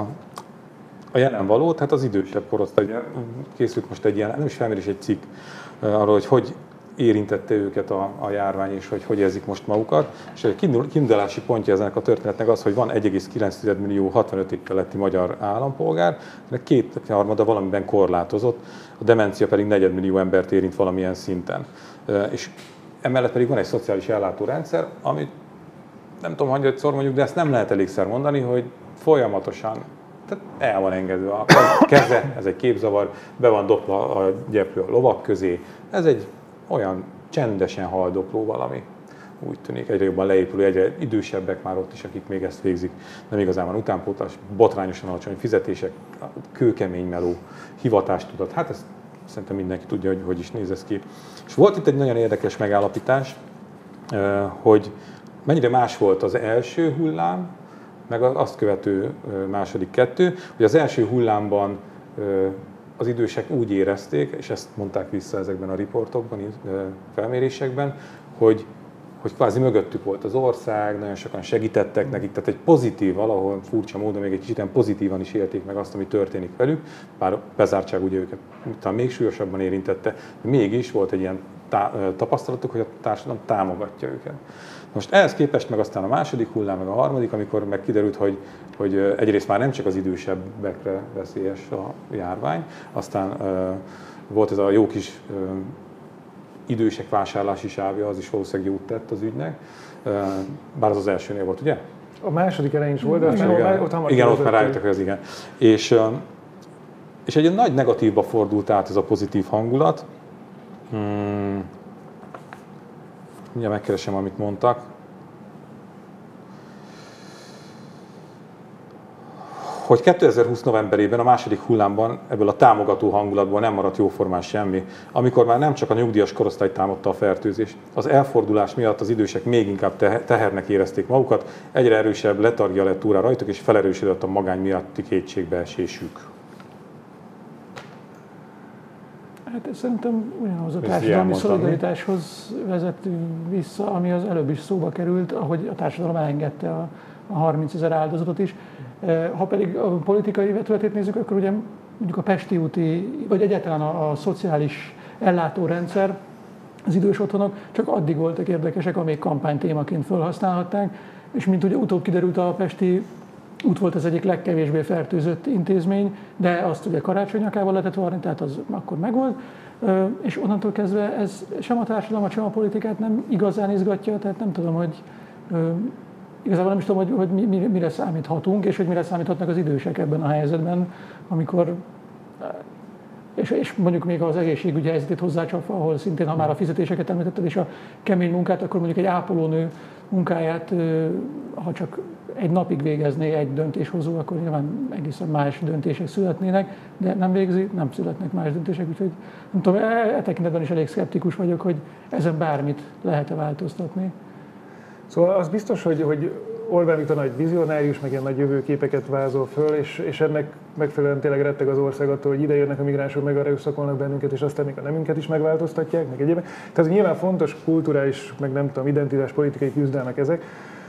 a jelen való, tehát az idősebb korosztály, készült most egy ilyen, nem is felmérés, egy cikk arról, hogy hogy érintette őket a, a járvány, és hogy hogy érzik most magukat. És egy kiindulási pontja ennek a történetnek az, hogy van egy egész kilenc millió hatvanöt év feletti magyar állampolgár, ennek két harmada valamiben korlátozott, a demencia pedig negyedmillió embert érint valamilyen szinten. És emellett pedig van egy szociális ellátórendszer, amit nem tudom, hanyatszor mondjuk, de ezt nem lehet elégszer mondani, hogy folyamatosan tehát el van engedve a keze, ez egy képzavar, be van dobva a gyeplő a lovak közé, ez egy olyan csendesen haldokló valami. Úgy tűnik, egyre jobban leépülő, egyre idősebbek már ott is, akik még ezt végzik. Nem igazán van utánpótlás, botrányosan alacsony fizetések, kőkemény meló, hivatástudat. Hát ezt szerintem mindenki tudja, hogy hogy is néz ez ki. És volt itt egy nagyon érdekes megállapítás, hogy mennyire más volt az első hullám, meg az azt követő második kettő, hogy az első hullámban az idősek úgy érezték, és ezt mondták vissza ezekben a riportokban, felmérésekben, hogy, hogy kvázi mögöttük volt az ország, nagyon sokan segítettek nekik, tehát egy pozitív, valahol furcsa módon még egy kicsit pozitívan is élték meg azt, ami történik velük, bár a bezártság ugye őket talán még súlyosabban érintette, de mégis volt egy ilyen tá- tapasztalatuk, hogy a társadalom támogatja őket. Most ehhez képest meg aztán a második hullám, meg a harmadik, amikor meg kiderült, hogy, hogy egyrészt már nem csak az idősebbekre veszélyes a járvány, aztán uh, volt ez a jó kis uh, idősek vásárlási sávja, az is valószínűleg jót tett az ügynek, uh, bár az az elsőnél volt, ugye? A második elején is volt, de aztán igen, ott hamar igen, ott már rájöttek, hogy az igen. És, uh, és egy nagy negatívba fordult át ez a pozitív hangulat. Hmm. Mindjárt megkeresem, amit mondtak. Hogy kétezer-húsz novemberében, a második hullámban ebből a támogató hangulatból nem maradt jóformán semmi, amikor már nem csak a nyugdíjas korosztály támadta a fertőzést. Az elfordulás miatt az idősek még inkább tehernek érezték magukat, egyre erősebb letargia lett úrá rajtuk, és felerősödött a magány miatti kétségbeesésük. Hát szerintem ugyanaz a társadalmi szolidaritáshoz vezet vissza, ami az előbb is szóba került, ahogy a társadalom elengedte a, a harmincezer áldozatot is. Ha pedig a politikai vetületét nézzük, akkor ugye mondjuk a Pesti úti, vagy egyáltalán a, a szociális ellátórendszer, az idős otthonok csak addig voltak érdekesek, amíg kampánytémaként felhasználhatták, és mint ugye utóbb kiderült, a Pesti út volt az egyik legkevésbé fertőzött intézmény, de azt ugye karácsonykával lehetett varni, tehát az akkor megvolt, és onnantól kezdve ez sem a társadalmat, sem a politikát nem igazán izgatja, tehát nem tudom, hogy igazából nem is tudom, hogy, hogy mire számíthatunk, és hogy mire számíthatnak az idősek ebben a helyzetben, amikor, és, és mondjuk még az egészségügyi helyzetét hozzácsapva, ahol szintén, ha már a fizetéseket említetted, és a kemény munkát, akkor mondjuk egy ápolónő munkáját, ha csak egy napig végezné egy döntéshozó, akkor nyilván egészen más döntések születnének, de nem végzi, nem születnek más döntések, úgyhogy nem tudom, e, e tekintetben is elég szkeptikus vagyok, hogy ezen bármit lehet-e változtatni. Szóval az biztos, hogy, hogy Orbán Viktor nagy vizionárius, meg ilyen nagy jövőképeket vázol föl, és, és ennek megfelelően tényleg retteg az ország attól, hogy ide jönnek a migránsok, meg arra szakolnak bennünket, és aztán még a nemünket is megváltoztatják, meg egyébként. Tehát nyilván fontos kulturális, meg nem tudom, identitás politikai küzdelmek ezek,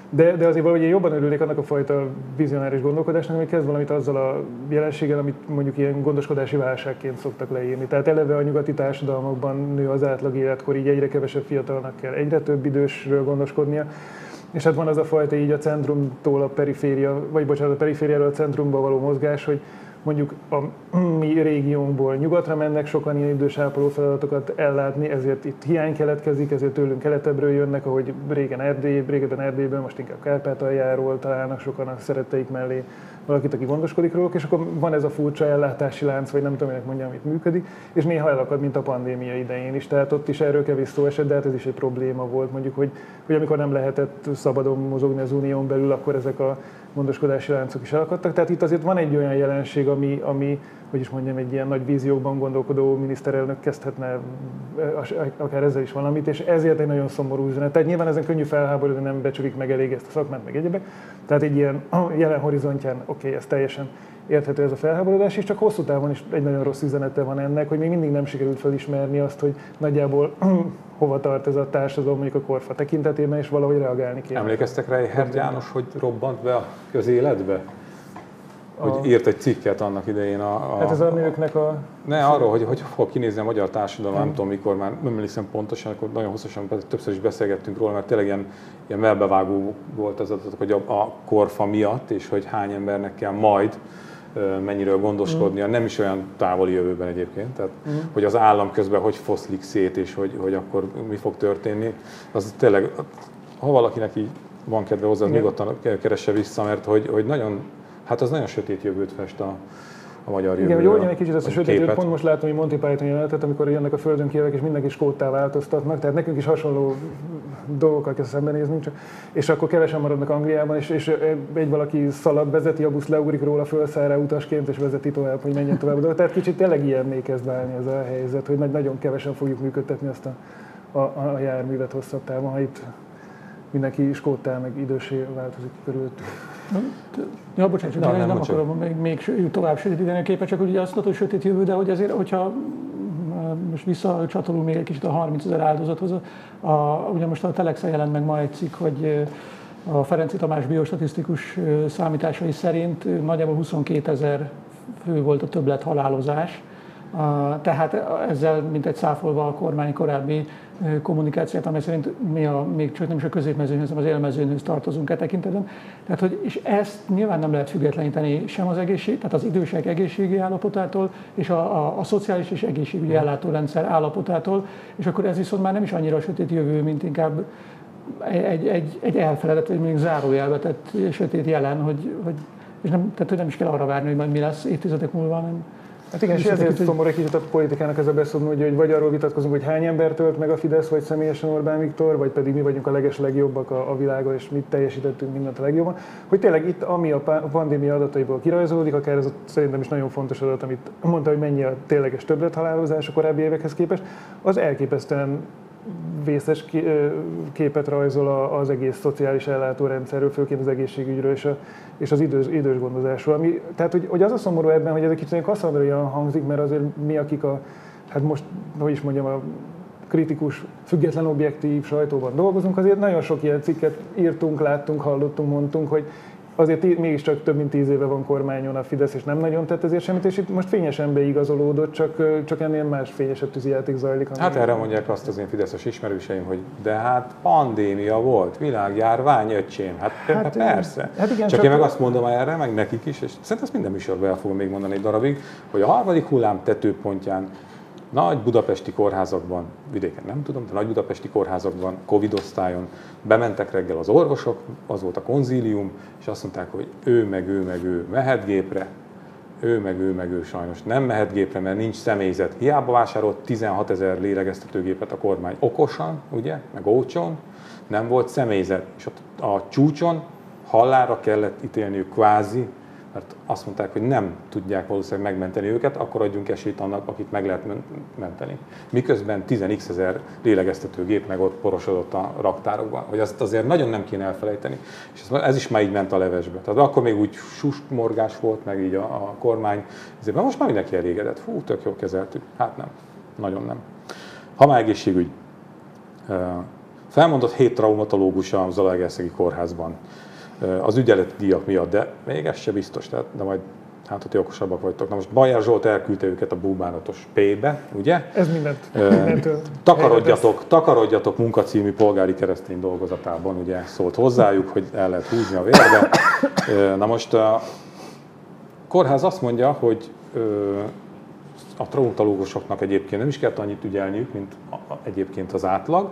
De, de azért valahogy én jobban örülnék annak a fajta vizionáris gondolkodásnak, ami kezd valamit azzal a jelenséggel, amit mondjuk ilyen gondoskodási válságként szoktak leírni. Tehát eleve a nyugati társadalmakban nő az átlag életkor, így egyre kevesebb fiatalnak kell egyre több idősről gondoskodnia. És hát van az a fajta így a centrumtól a periféria, vagy bocsánat, a perifériáról a centrumba való mozgás, hogy mondjuk a mi régiónkból nyugatra mennek sokan ilyen idős ápoló feladatokat ellátni, ezért itt hiány keletkezik, ezért tőlünk keletebbről jönnek, ahogy régen Erdély, régebben Erdélyből, most inkább Kárpátaljáról találnak sokan a szeretteik mellé valakit, aki gondoskodik róluk, és akkor van ez a furcsa ellátási lánc, vagy nem tudom, minek mondjam, amit működik, és néha elakad, mint a pandémia idején is. Tehát ott is erről kevés szó esett, de hát ez is egy probléma volt, mondjuk, hogy, hogy amikor nem lehetett szabadon mozogni az unión belül, akkor ezek a gondoskodási láncok is elakadtak. Tehát itt azért van egy olyan jelenség, ami, ami hogy is mondjam, egy ilyen nagy víziókban gondolkodó miniszterelnök kezdhetne akár ezzel is valamit, és ezért egy nagyon szomorú üzenet. Tehát nyilván ezen könnyű felháborodni, nem becsülik meg elég ezt a szakmát, meg egyebek. Tehát egy ilyen jelen horizontján, oké, okay, ez teljesen érthető ez a felháborodás, és csak hosszú távon is egy nagyon rossz üzenete van ennek, hogy még mindig nem sikerült felismerni azt, hogy nagyjából hova tart ez a társadalom mondjuk a korfa tekintetében, és valahogy reagálni kéne. Emlékeztek rá Ehrend János, hogy robbant be a közéletbe? Hogy a... írt egy cikket annak idején a... a hát ez a nőknek a... Ne, arról, hogy hogy fog kinézni a magyar társadalom, nem tudom mikor, már nem emlékszem pontosan, akkor nagyon hosszasan, többször is beszélgettünk róla, mert tényleg ilyen, ilyen melbevágó volt az adatok, hogy a, a korfa miatt, és hogy hány embernek kell majd mennyiről gondoskodnia, mm. nem is olyan távoli jövőben egyébként, tehát mm. hogy az állam közben hogy foszlik szét, és hogy, hogy akkor mi fog történni, az tényleg, ha valakinek így van kedve hozzá, nyugodtan keresse vissza, mert hogy, hogy nagyon, hát az nagyon sötét jövőt fest a, a magyar jövőre. Igen, hogy oldjon egy kicsit ezt a sötét jövőt, pont most látom, hogy Monty Python jelenetet, amikor jönnek a földön kijövök, és mindenki skóttá változtatnak, tehát nekünk is hasonló dolgokkal kell szembenéznünk, csak, és akkor kevesen maradnak Angliában, és, és egy valaki szalad, vezeti a busz, leugrik róla, fölszáll rá utasként, és vezeti tovább, hogy menjen tovább a dolog. Tehát kicsit tényleg ilyenné kezd válni ez a helyzet, hogy nagyon kevesen fogjuk működtetni azt a, a, a járművet hosszabb távon, ha itt mindenki skóttá, meg idősé változik körülöttük. Ja, bocsánat, csak nem, nem, nem akarom még, még tovább sötétíteni a képet, csak ugye azt mondod, hogy sötét jövő, de hogy azért, hogyha most visszacsatolunk még egy kicsit a harmincezer áldozathoz, a, ugye most a Telexen jelent meg ma egy cikk, hogy a Ferenczy Tamás biostatisztikus számításai szerint nagyjából huszonkétezer fő volt a többlet halálozás, tehát ezzel mintegy száfolva a kormány korábbi kommunikációt, amely szerint mi a, még csak nem is a középmezőnyhöz, hanem az élmezőnyhöz tartozunk e tekintetben. Tehát, hogy, és ezt nyilván nem lehet függetleníteni sem az egészség, tehát az idősek egészségi állapotától, és a, a, a szociális és egészségügyi ellátórendszer állapotától, és akkor ez viszont már nem is annyira sötét jövő, mint inkább egy, egy, egy elfeledett, vagy még zárójelbe tett sötét jelen, hogy, hogy, és nem, tehát, hogy nem is kell arra várni, hogy majd mi lesz évtizedek múlva, nem. Hát igen, és ezért szomorú egy kicsit a politikának ez a beszódni, hogy vagy arról vitatkozunk, hogy hány ember tölt meg a Fidesz, vagy személyesen Orbán Viktor, vagy pedig mi vagyunk a leges legjobbak a, a világon, és mit teljesítettünk mindent a legjobban. Hogy tényleg itt, ami a pandémia adataiból kirajzolódik, akár ez a, szerintem is nagyon fontos adat, amit mondta, hogy mennyi a tényleges többlethalálozás a korábbi évekhez képest, az elképesztően vészes képet rajzol az egész szociális ellátórendszerről, főként az egészségügyről és, a, és az idős, idős gondozásról. Ami, tehát, hogy, hogy az a szomorú ebben, hogy ez egy kicsit kasszandriaian hangzik, mert azért mi, akik a, hát most, hogy is mondjam, a kritikus, független, objektív sajtóban dolgozunk, azért nagyon sok ilyen cikket írtunk, láttunk, hallottunk, mondtunk, hogy azért mégiscsak több mint tíz éve van kormányon a Fidesz, és nem nagyon tett ezért semmit, és itt most fényesen beigazolódott, csak, csak ennél más fényesebb tűzijáték zajlik. Hát erre mondják azt az én fideszes ismerőseim, hogy de hát pandémia volt, világjárvány, öcsém, hát, hát persze. Hát igen, csak, csak én meg azt mondom erre, meg nekik is, és szerintem ezt minden műsorban el fogom még mondani egy darabig, hogy a harmadik hullám tetőpontján nagy budapesti kórházakban, vidéken nem tudom, de nagy budapesti kórházakban, Covid osztályon bementek reggel az orvosok, az volt a konzílium, és azt mondták, hogy ő meg ő meg ő mehet gépre, ő meg ő meg ő sajnos nem mehet gépre, mert nincs személyzet. Hiába vásárolt tizenhatezer lélegeztetőgépet a kormány okosan, ugye, meg olcsón, nem volt személyzet. És ott a csúcson halálra kellett ítélniük kvázi, mert azt mondták, hogy nem tudják valószínűleg megmenteni őket, akkor adjunk esélyt annak, akit meg lehet menteni. Miközben tíz x ezer lélegeztetőgép meg ott porosodott a raktárokban, hogy azt azért nagyon nem kéne elfelejteni. És ez, ez is már így ment a levesbe. Tehát akkor még úgy susmorgás volt, meg így a, a kormány. Ezért most már mindenki elégedett. Hú, tök jól kezeltük. Hát nem. Nagyon nem. Ha már egészségügy. felmondott hét traumatológus a Zalaegerszegi kórházban az ügyeleti díjak miatt, de még ez se biztos, tehát, de majd hát ott okosabbak vagytok. Na most Bajer Zsolt elküldte őket a búbánatos P-be, ugye? Ez mindent. mindentől takarodjatok, takarodjatok munkacímű polgári keresztény dolgozatában, ugye szólt hozzájuk, hogy el lehet húzni a vérbe. Na most a kórház azt mondja, hogy a traumatológusoknak egyébként nem is kellett annyit ügyelniük, mint egyébként az átlag,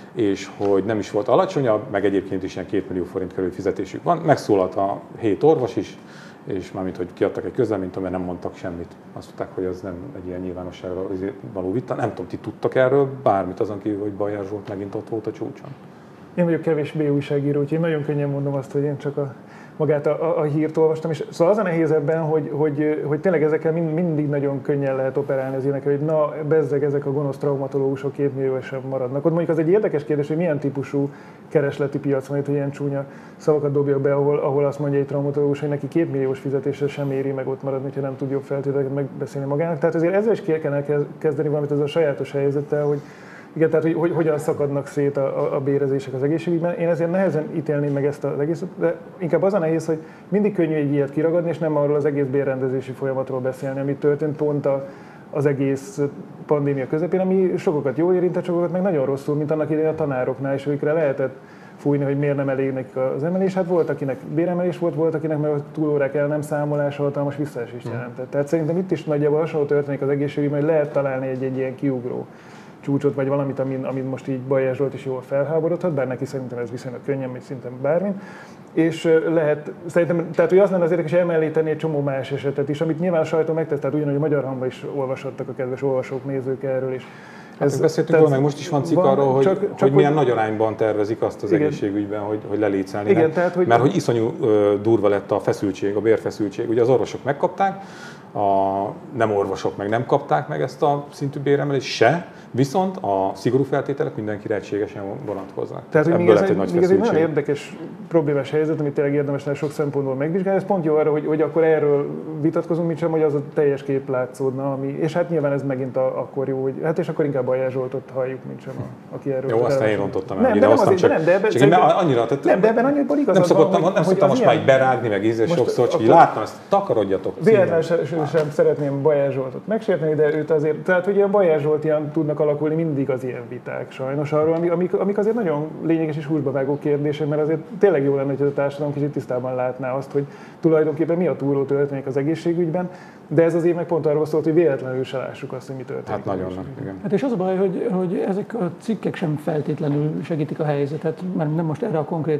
és hogy nem is volt alacsonyabb, meg egyébként is ilyen két millió forint körül fizetésük van. Megszólalt a hét orvos is, és mármint, hogy kiadtak egy közleményt, amely nem mondtak semmit. Azt mondták, hogy ez nem egy ilyen nyilvánosságra való vita. Nem tudom, ti tudtak erről bármit azon kívül, hogy Bajer Zsolt megint ott volt a csúcson? Én vagyok kevésbé újságíró, úgyhogy én nagyon könnyen mondom azt, hogy én csak a, magát a, a, a hírt olvastam. És szóval az a nehéz ebben, hogy, hogy, hogy tényleg ezekkel mind, mindig nagyon könnyen lehet operálni az ilyenekkel, hogy na, bezzeg, ezek a gonosz traumatológusok két milliósan maradnak. Ott mondjuk az egy érdekes kérdés, hogy milyen típusú keresleti piac van itt, hogy ilyen csúnya szavakat dobjak be, ahol, ahol azt mondja egy traumatológus, hogy neki két milliós fizetésre sem éri meg ott maradni, ha nem tud jobb feltételeket megbeszélni magának. Tehát azért ezzel is ki kell kezdeni valamit, ez a sajátos helyzettel, hogy igen, tehát hogy, hogy hogyan szakadnak szét a, a, a bérezések az egészségügyben. Én ezért nehezen ítélném meg ezt az egészet, de inkább az a nehéz, hogy mindig könnyű egy ilyet kiragadni, és nem arról az egész bérrendezési folyamatról beszélni, ami történt pont a, az egész pandémia közepén, ami sokakat jól érintett, sokakat meg nagyon rosszul, mint annak idején a tanároknál, és amikre lehetett fújni, hogy miért nem elég nekik az emelés. Hát volt, akinek béremelés volt, volt, akinek meg a túlórák el nem számolása hatalmas visszaesést jelentett. Tehát szerintem itt is nagyjából hasonló történik az egészségügyben, hogy lehet találni egy, egy ilyen kiugró csúcsot, vagy valamit, amin, amin most így Bajer Zsolt is jól felháborodhat, bár neki szerintem ez viszonylag könnyen, mint szinte bármin. És lehet, szerintem, tehát hogy az lenne az érdekes, hogy emellé tenni egy csomó más esetet is, amit nyilván a sajtó megtesz, tehát ugyanúgy a Magyar Hangban is olvashattak a kedves olvasók, nézők erről is. Hát ez, beszéltünk róla, meg most is van cikk arról, hogy, csak, csak hogy milyen hogy, nagy arányban tervezik azt az igen, egészségügyben, hogy, hogy lelécelni. Igen, tehát, hogy mert hogy iszonyú uh, durva lett a feszültség, a bérfeszültség. Ugye az orvosok megkapták, a nem orvosok meg nem kapták meg ezt a szintű béremelést se, viszont a szigorú feltételek mindenkire egységesen vonatkoznak. Tehát, hogy még ez, egy, még ez egy nagyon érdekes, problémás helyzet, amit tényleg érdemes lenne sok szempontból megvizsgálni. Ez pont jó arra, hogy, hogy akkor erről vitatkozunk, mint sem, hogy az a teljes kép látszódna. Ami, és hát nyilván ez megint a, akkor jó, hogy hát és akkor inkább Bajer Zsoltot halljuk, mint sem, a, aki erről. Jó, azt én rontottam el, ide hoztam csak. Nem, de ebben, csak én annyira, tehát, nem, de ebben annyiból igazad nem szokottam, van, nem szoktam most már így berágni, meg ízés sokszor, csak így láttam, ezt takarodjatok. Véletlenül sem szeretném Bajer Zsoltot megsérteni, de őt azért, tehát ugye a Bajer Zsoltian tudnak alakulni mindig az ilyen viták sajnos arról, amik, amik azért nagyon lényeges és húsba vágó kérdések, mert azért tényleg jó lenne, hogy a társadalom kicsit tisztában látná azt, hogy tulajdonképpen mi a túló történik az egészségügyben, de ez az év meg pont arról szólt, hogy véletlenül se lássuk azt, hogy mi történik. Hát nagyon, igen. Hát és az a baj, hogy, hogy ezek a cikkek sem feltétlenül segítik a helyzetet, mert nem most erre a konkrét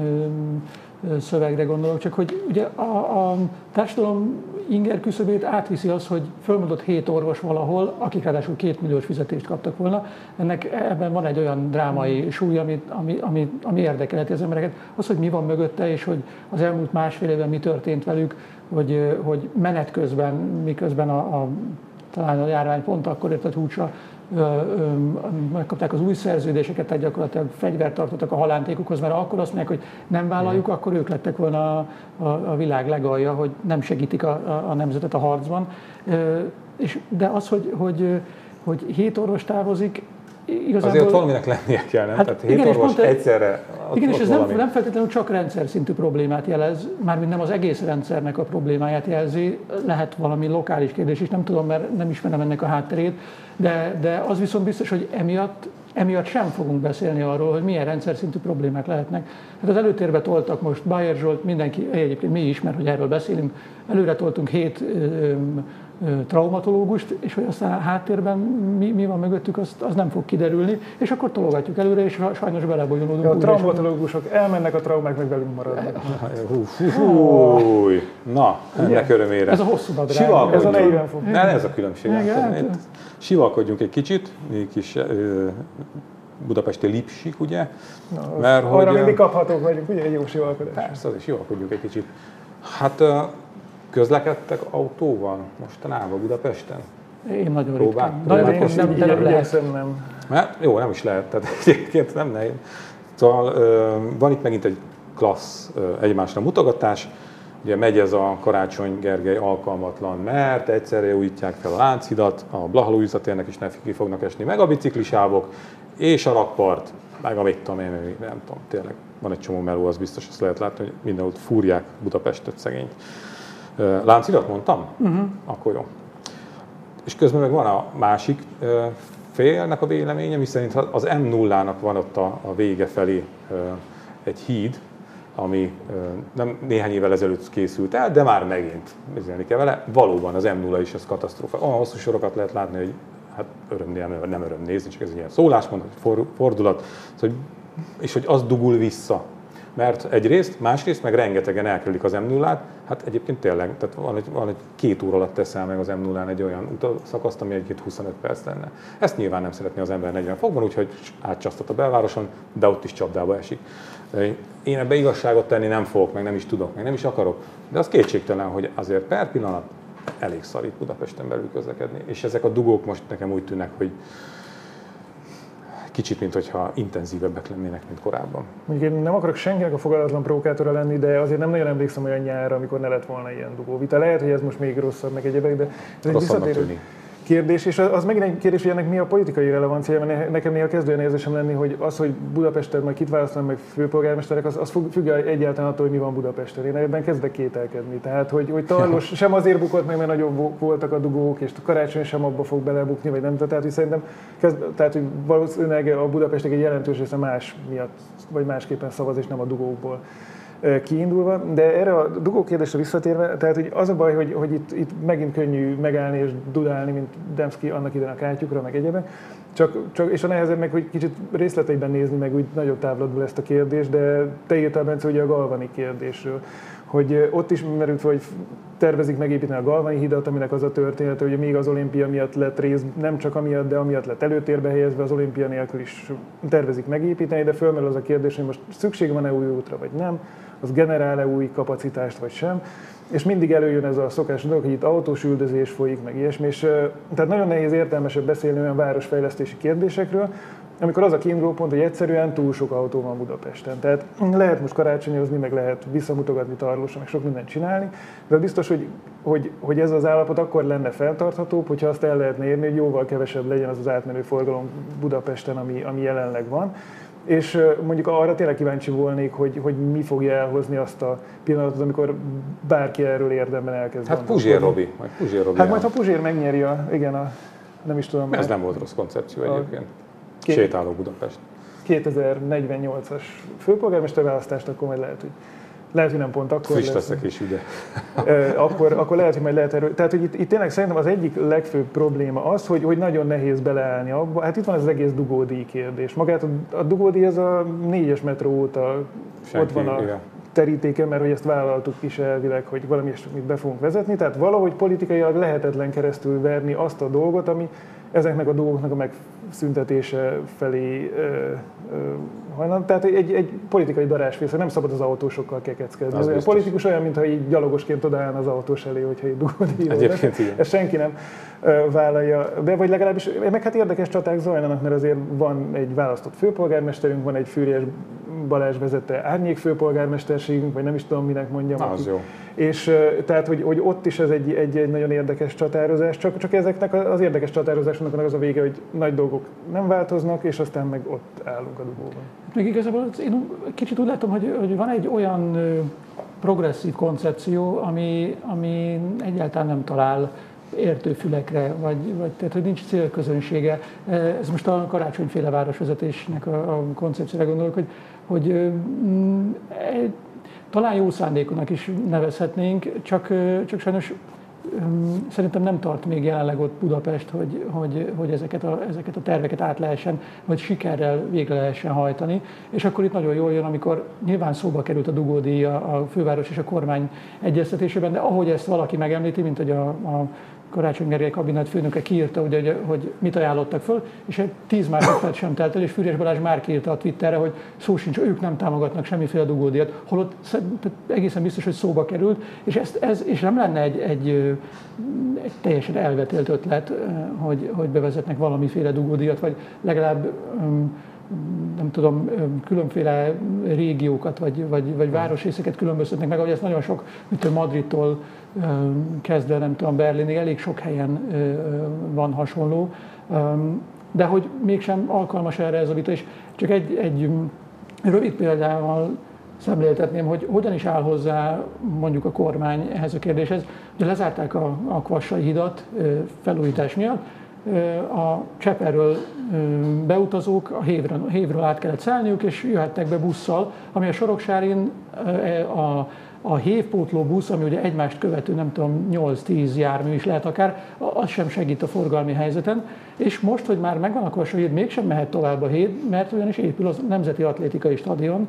szövegre gondolok, csak hogy ugye a, a társadalom inger küszöbét átviszi az, hogy fölmondott hét orvos valahol, akik ráadásul két milliós fizetést kaptak volna. Ennek ebben van egy olyan drámai súly, ami, ami, ami, ami érdekelheti az embereket. Az, hogy mi van mögötte, és hogy az elmúlt másfél évben mi történt velük, hogy, hogy menet közben, miközben a, a, talán a járvány pont akkor ért a csúcsra, megkapták az új szerződéseket, tehát gyakorlatilag fegyvert tartottak a halántékukhoz, mert akkor azt mondják, hogy nem vállaljuk, mm. akkor ők lettek volna a, a, a világ legalja, hogy nem segítik a, a, a nemzetet a harcban. És, de az, hogy, hogy, hogy hét orvos távozik, igazából... Azért valaminek lennie kell, nem? Hát tehát hét orvos pont, egyszerre... Igen, és ez nem, nem feltétlenül csak rendszer szintű problémát jelez, mármint nem az egész rendszernek a problémáját jelzi, lehet valami lokális kérdés is, nem tudom, mert nem ismerem ennek a hátterét, de, de az viszont biztos, hogy emiatt, emiatt sem fogunk beszélni arról, hogy milyen rendszer szintű problémák lehetnek. Hát az előtérbe toltak most Bajer Zsolt, mindenki, egyébként mi is, mert hogy erről beszélünk, előre toltunk hét traumatológust, és hogy aztán a háttérben mi, mi van mögöttük, az, az nem fog kiderülni, és akkor tologatjuk előre, és sajnos belebonyolódunk. Ja, a traumatológusok elmennek, a traumák meg velünk maradnak. Húj, na, ennek örömére. Ez a hosszú nadrág. Ez a negyven fok. Ne, ez a különbség. Sivalkodjunk egy kicsit, mi kis budapesti lipsik, ugye? Na, mert arra hogy, mindig kaphatók vagyunk, ugye, egy jó sivalkodás. Persze, az is sivalkodjunk egy kicsit. Hát közlekedtek autóval mostanában Budapesten? Én nagyon Próbál, ritkán. Nagyon én nem, nem, igyekszem nem. Mert jó, nem is lehet, tehát egyébként nem nehéz. Szóval van itt megint egy klassz egymásra mutogatás. Ugye megy ez a Karácsony Gergely alkalmatlan, mert egyszerre újítják fel a Lánchidat, a Blaha Lujza térnek is neki fognak esni, meg a biciklisávok, és a rakpart, meg a mit tudom én, nem tudom, tényleg van egy csomó meló, az biztos, azt lehet látni, hogy mindenhol fúrják Budapestet, szegényt. Lánchidat mondtam? Uh-huh. Akkor jó. És közben meg van a másik félnek a véleménye, miszerint az em nullának van ott a, a vége felé egy híd, ami nem néhány évvel ezelőtt készült el, de már megint beszélni kell vele. Valóban az em nulla is az katasztrófa. Olyan hosszú sorokat lehet látni, hogy hát öröm, nem, nem öröm nézni, csak ez egy ilyen szólásmond, hogy fordulat, hogy, és hogy az dugul vissza. Mert egyrészt, másrészt meg rengetegen elkerülik az em nullát, hát egyébként tényleg, tehát van egy, van egy két óra alatt teszel meg az em nullán egy olyan utaszakaszt, ami egyébként huszonöt perc lenne. Ezt nyilván nem szeretné az ember negyven fokban, úgyhogy átcsasztott a belvároson, de ott is csapdába esik. Én ebbe igazságot tenni nem fogok, meg nem is tudok, meg nem is akarok, de az kétségtelen, hogy azért per pillanat elég szar itt Budapesten belül közlekedni. És ezek a dugók most nekem úgy tűnnek, hogy kicsit, mint hogyha intenzívebbek lennének, mint korábban. Mondjuk én nem akarok senkinek a fogadatlan provokátora lenni, de azért nem nagyon emlékszem olyan nyárra, amikor ne lett volna ilyen dugóvita. Lehet, hogy ez most még rosszabb, meg egyebek, de ez egy visszatérő kérdés, és az megint egy kérdés, hogy ennek mi a politikai relevanciája, mert nekem néha kezd olyan érzésem lenni, hogy az, hogy Budapesten majd kit választanak meg főpolgármesterek, az, az függ egyáltalán attól, hogy mi van Budapesten. Én ebben kezdek kételkedni. Tehát, hogy, hogy Tarlós sem azért bukott meg, mert nagyon voltak a dugók, és a Karácsony sem abba fog belebukni, vagy nem. Tehát, hogy szerintem kezd, tehát, hogy valószínűleg a Budapestek egy jelentős része más miatt, vagy másképpen szavaz, és nem a dugókból kiindulva, de erre a dugó kérdésre visszatérve, tehát hogy az a baj, hogy, hogy itt, itt megint könnyű megállni és dudálni, mint Demszky annak idején a kátyukra, meg egyébek. Csak, csak, és a nehezebb meg, hogy kicsit részleteiben nézni meg úgy nagyobb távlatból ezt a kérdést, de te írtál, Bence, ugye a Galvani kérdésről, hogy ott is merült, hogy tervezik megépíteni a Galvani hidat, aminek az a története, hogy még az olimpia miatt lett rész, nem csak amiatt, de amiatt lett előtérbe helyezve, az olimpia nélkül is tervezik megépíteni, de fölmerül az a kérdés, hogy most szükség van-e új útra, vagy nem, az generál-e új kapacitást, vagy sem. És mindig előjön ez a szokásos dolog, hogy itt autós üldözés folyik, meg ilyesmi, és tehát nagyon nehéz értelmesebb beszélni olyan városfejlesztési kérdésekről, amikor az a kiinduló pont, hogy egyszerűen túl sok autó van Budapesten. Tehát lehet most karácsonyozni, meg lehet visszamutogatni Tarlósra, meg sok mindent csinálni, de biztos, hogy, hogy, hogy ez az állapot akkor lenne fenntarthatóbb, hogyha azt el lehetne érni, hogy jóval kevesebb legyen az az átmenő forgalom Budapesten, ami, ami jelenleg van. És mondjuk arra tényleg kíváncsi volnék, hogy, hogy mi fogja elhozni azt a pillanatot, amikor bárki erről érdemben elkezd. Hát Puzsér Robi. Majd Puzsér Robi. Hát majd ha Puzsér megnyeri a, igen, a, nem is tudom. Ez nem volt rossz koncepció egyébként. Két, Sétáló Budapest. kétezer-negyvennyolcas főpolgármester választást, akkor majd lehet, hogy lehet, hogy nem pont akkor Friss leszek is ide. akkor, akkor lehet, hogy majd lehet erről. Tehát, hogy itt, itt tényleg szerintem az egyik legfőbb probléma az, hogy, hogy nagyon nehéz beleállni abba. Hát itt van ez az egész dugódíj kérdés. Magát a, a dugódíj az a négyes metró óta Senki, ott van a igen. terítéken, mert hogy ezt vállaltuk is elvileg, hogy valami ilyesmit be fogunk vezetni. Tehát valahogy politikailag lehetetlen keresztül verni azt a dolgot, ami ezeknek a dolgoknak a megszüntetése felé hajlan. Tehát egy, egy politikai darásfész, nem szabad az autósokkal kekeckedni. A politikus olyan, mintha így gyalogosként odaállna az autós elé, hogyha így dugódíj. Egyébként igen. Ezt senki nem vállalja be, vagy legalábbis, meg hát érdekes csaták zajlanak, mert azért van egy választott főpolgármesterünk, van egy Fűrjes Balázs vezette árnyék főpolgármesterségünk, vagy nem is tudom, minek mondjam. Az jó. És tehát, hogy, hogy ott is ez egy, egy, egy nagyon érdekes csatározás, csak, csak ezeknek az érdekes csatározásoknak az a vége, hogy nagy dolgok nem változnak, és aztán meg ott állunk a dugóban. Még igazából én kicsit úgy látom, hogy, hogy van egy olyan progresszív koncepció, ami, ami egyáltalán nem talál értő fülekre, vagy, vagy tehát, hogy nincs célközönsége. Ez most a karácsonyféle városvezetésnek a, a koncepcióra gondolok, hogy, hogy mm, talán jó szándékonak is nevezhetnénk, csak, csak sajnos um, szerintem nem tart még jelenleg ott Budapest, hogy, hogy, hogy ezeket, a, ezeket a terveket át lehessen, vagy sikerrel végre lehessen hajtani. És akkor itt nagyon jól jön, amikor nyilván szóba került a dugódíj a főváros és a kormány egyeztetésében, de ahogy ezt valaki megemlíti, mint hogy a, a Karácsony Gergely kabinet főnöke kiírta, hogy, hogy mit ajánlottak föl, és egy tíz másodperc sem telt el, és Fűrjes Balázs már kiírta a Twitterre, hogy szó sincs, ők nem támogatnak semmiféle dugódíjat, holott egészen biztos, hogy szóba került, és, ezt, ez, és nem lenne egy, egy, egy teljesen elvetélt ötlet, hogy, hogy bevezetnek valamiféle dugódíjat, vagy legalább um, nem tudom, különféle régiókat vagy, vagy, vagy városrészeket különböztetnek meg, ahogy ez nagyon sok, mint Madridtól kezdve, nem tudom, Berlinig, elég sok helyen van hasonló, de hogy mégsem alkalmas erre ez a vita, és csak egy, egy rövid példával szemléltetném, hogy hogyan is áll hozzá mondjuk a kormány ehhez a kérdéshez. Ugye lezárták a, a Kvassai hidat felújítás miatt, a Cseperről beutazók a Hévről, Hévről át kellett szállniuk, és jöhettek be busszal, ami a Soroksárin a, a hévpótló busz, ami ugye egymást követő, nem tudom, nyolc-tíz jármű is lehet akár, az sem segít a forgalmi helyzeten. És most, hogy már megvan a Kvassai híd, mégsem mehet tovább a híd, mert ugyanis épül az Nemzeti Atlétikai Stadion,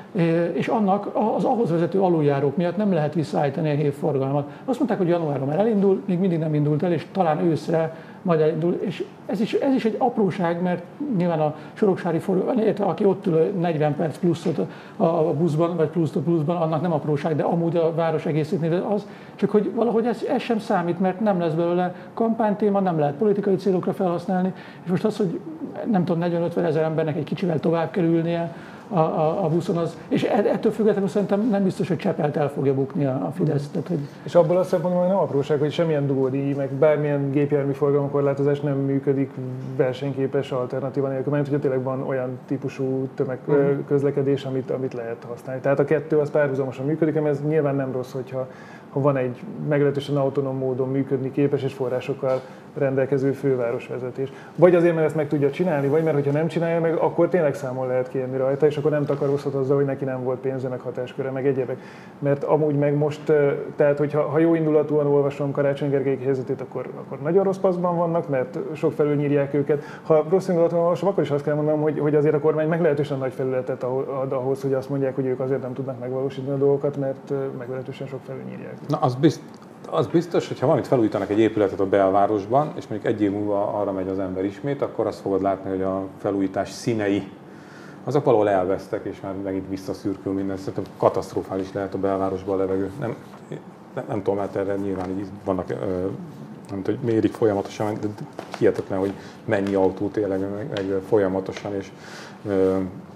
és annak az ahhoz vezető aluljárók miatt nem lehet visszaállítani a hévforgalmat. Azt mondták, hogy januárra már elindul, még mindig nem indult el, és talán őszre majd elindul. És ez is, ez is egy apróság, mert nyilván a soroksári forgalom, aki ott ül negyven perc pluszot a buszban, vagy plusz a pluszban, annak nem apróság, de amúgy a város egészét az. Csak hogy valahogy ez, ez sem számít, mert nem lesz belőle kampánytéma, nem lehet politikai célokra felhasználni. És most az, hogy nem tudom, negyven-ötven ezer embernek egy kicsivel tovább kerülnie a, a, a buszon, az, és ettől függetlenül szerintem nem biztos, hogy Csepelt el fogja bukni a, a Fidesz. Tehát, hogy... És abból azt szempontból nem apróság, hogy semmilyen dugódíj, meg bármilyen gépjármű forgalomkorlátozás nem működik versenyképes alternatíva nélkül, mert ugye tényleg van olyan típusú tömegközlekedés, amit, amit lehet használni. Tehát a kettő az párhuzamosan működik, ami ez nyilván nem rossz, hogyha ha van egy meglehetősen autonóm módon működni képes és forrásokkal rendelkező fővárosvezetés. Vagy azért, mert ezt meg tudja csinálni, vagy mert hogyha nem csinálja meg, akkor tényleg számon lehet kérni rajta, és akkor nem takarózhat azzal, hogy neki nem volt pénze, meg hatásköre, meg egyebek. Mert amúgy meg most, tehát hogyha ha jó indulatúan olvasom Karácsony Gergely helyzetét, akkor, akkor nagyon rossz paszban vannak, mert sok felül nyírják őket. Ha rossz indulatúan olvasom, akkor is azt kell mondanom, hogy, hogy azért a kormány meglehetősen nagy felületet ad ahhoz, hogy azt mondják, hogy ők azért nem tudnak megvalósítani a dolgokat, mert meglehetősen sok felül nyírják. Na, az biztos. Az biztos, hogy ha valamit felújítanak egy épületet a belvárosban, és mondjuk egy év múlva arra megy az ember ismét, akkor azt fogod látni, hogy a felújítás színei azok valahol elvesztek, és már megint visszaszürkül minden. Szerintem katasztrofális lehet a belvárosban a levegő. Nem, nem, nem tudom, mert erre nyilván így vannak, nem tudom, hogy mérik folyamatosan, de hihetetlen, hogy mennyi autó tényleg meg, meg folyamatosan, és ö,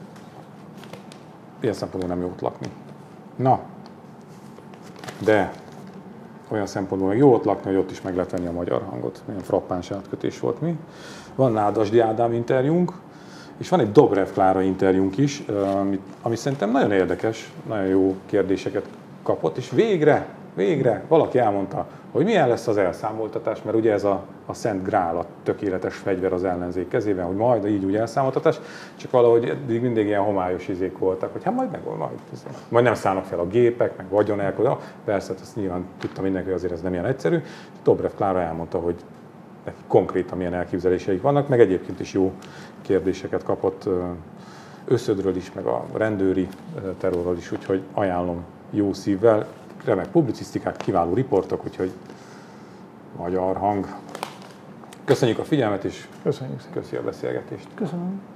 ilyen szempontból nem jó ott lakni. Na, de olyan szempontból meg jó ott lakni, hogy ott is meg lehet venni a Magyar Hangot. Milyen frappáns átkötés volt mi. Van Nádasdy Ádám interjúnk, és van egy Dobrev Klára interjúnk is, ami, ami szerintem nagyon érdekes, nagyon jó kérdéseket kapott, és végre, végre valaki elmondta, hogy milyen lesz az elszámoltatás, mert ugye ez a, a Szent Grál, a tökéletes fegyver az ellenzék kezében, hogy majd így úgy elszámoltatás, csak valahogy eddig mindig ilyen homályos izék voltak, hogy hát majd meg majd, majd nem szállnak fel a gépek, meg vagyonelkodó. Persze, azt nyilván tudta mindenki, hogy azért ez nem ilyen egyszerű. Dobrev Klára elmondta, hogy neki konkrétan milyen elképzeléseik vannak, meg egyébként is jó kérdéseket kapott Összödről is, meg a rendőri terrorról is, úgyhogy ajánlom jó szívvel. Remek publicisztikák, kiváló riportok, úgyhogy Magyar Hang. Köszönjük a figyelmet, és köszönjük köszi a beszélgetést. Köszönöm.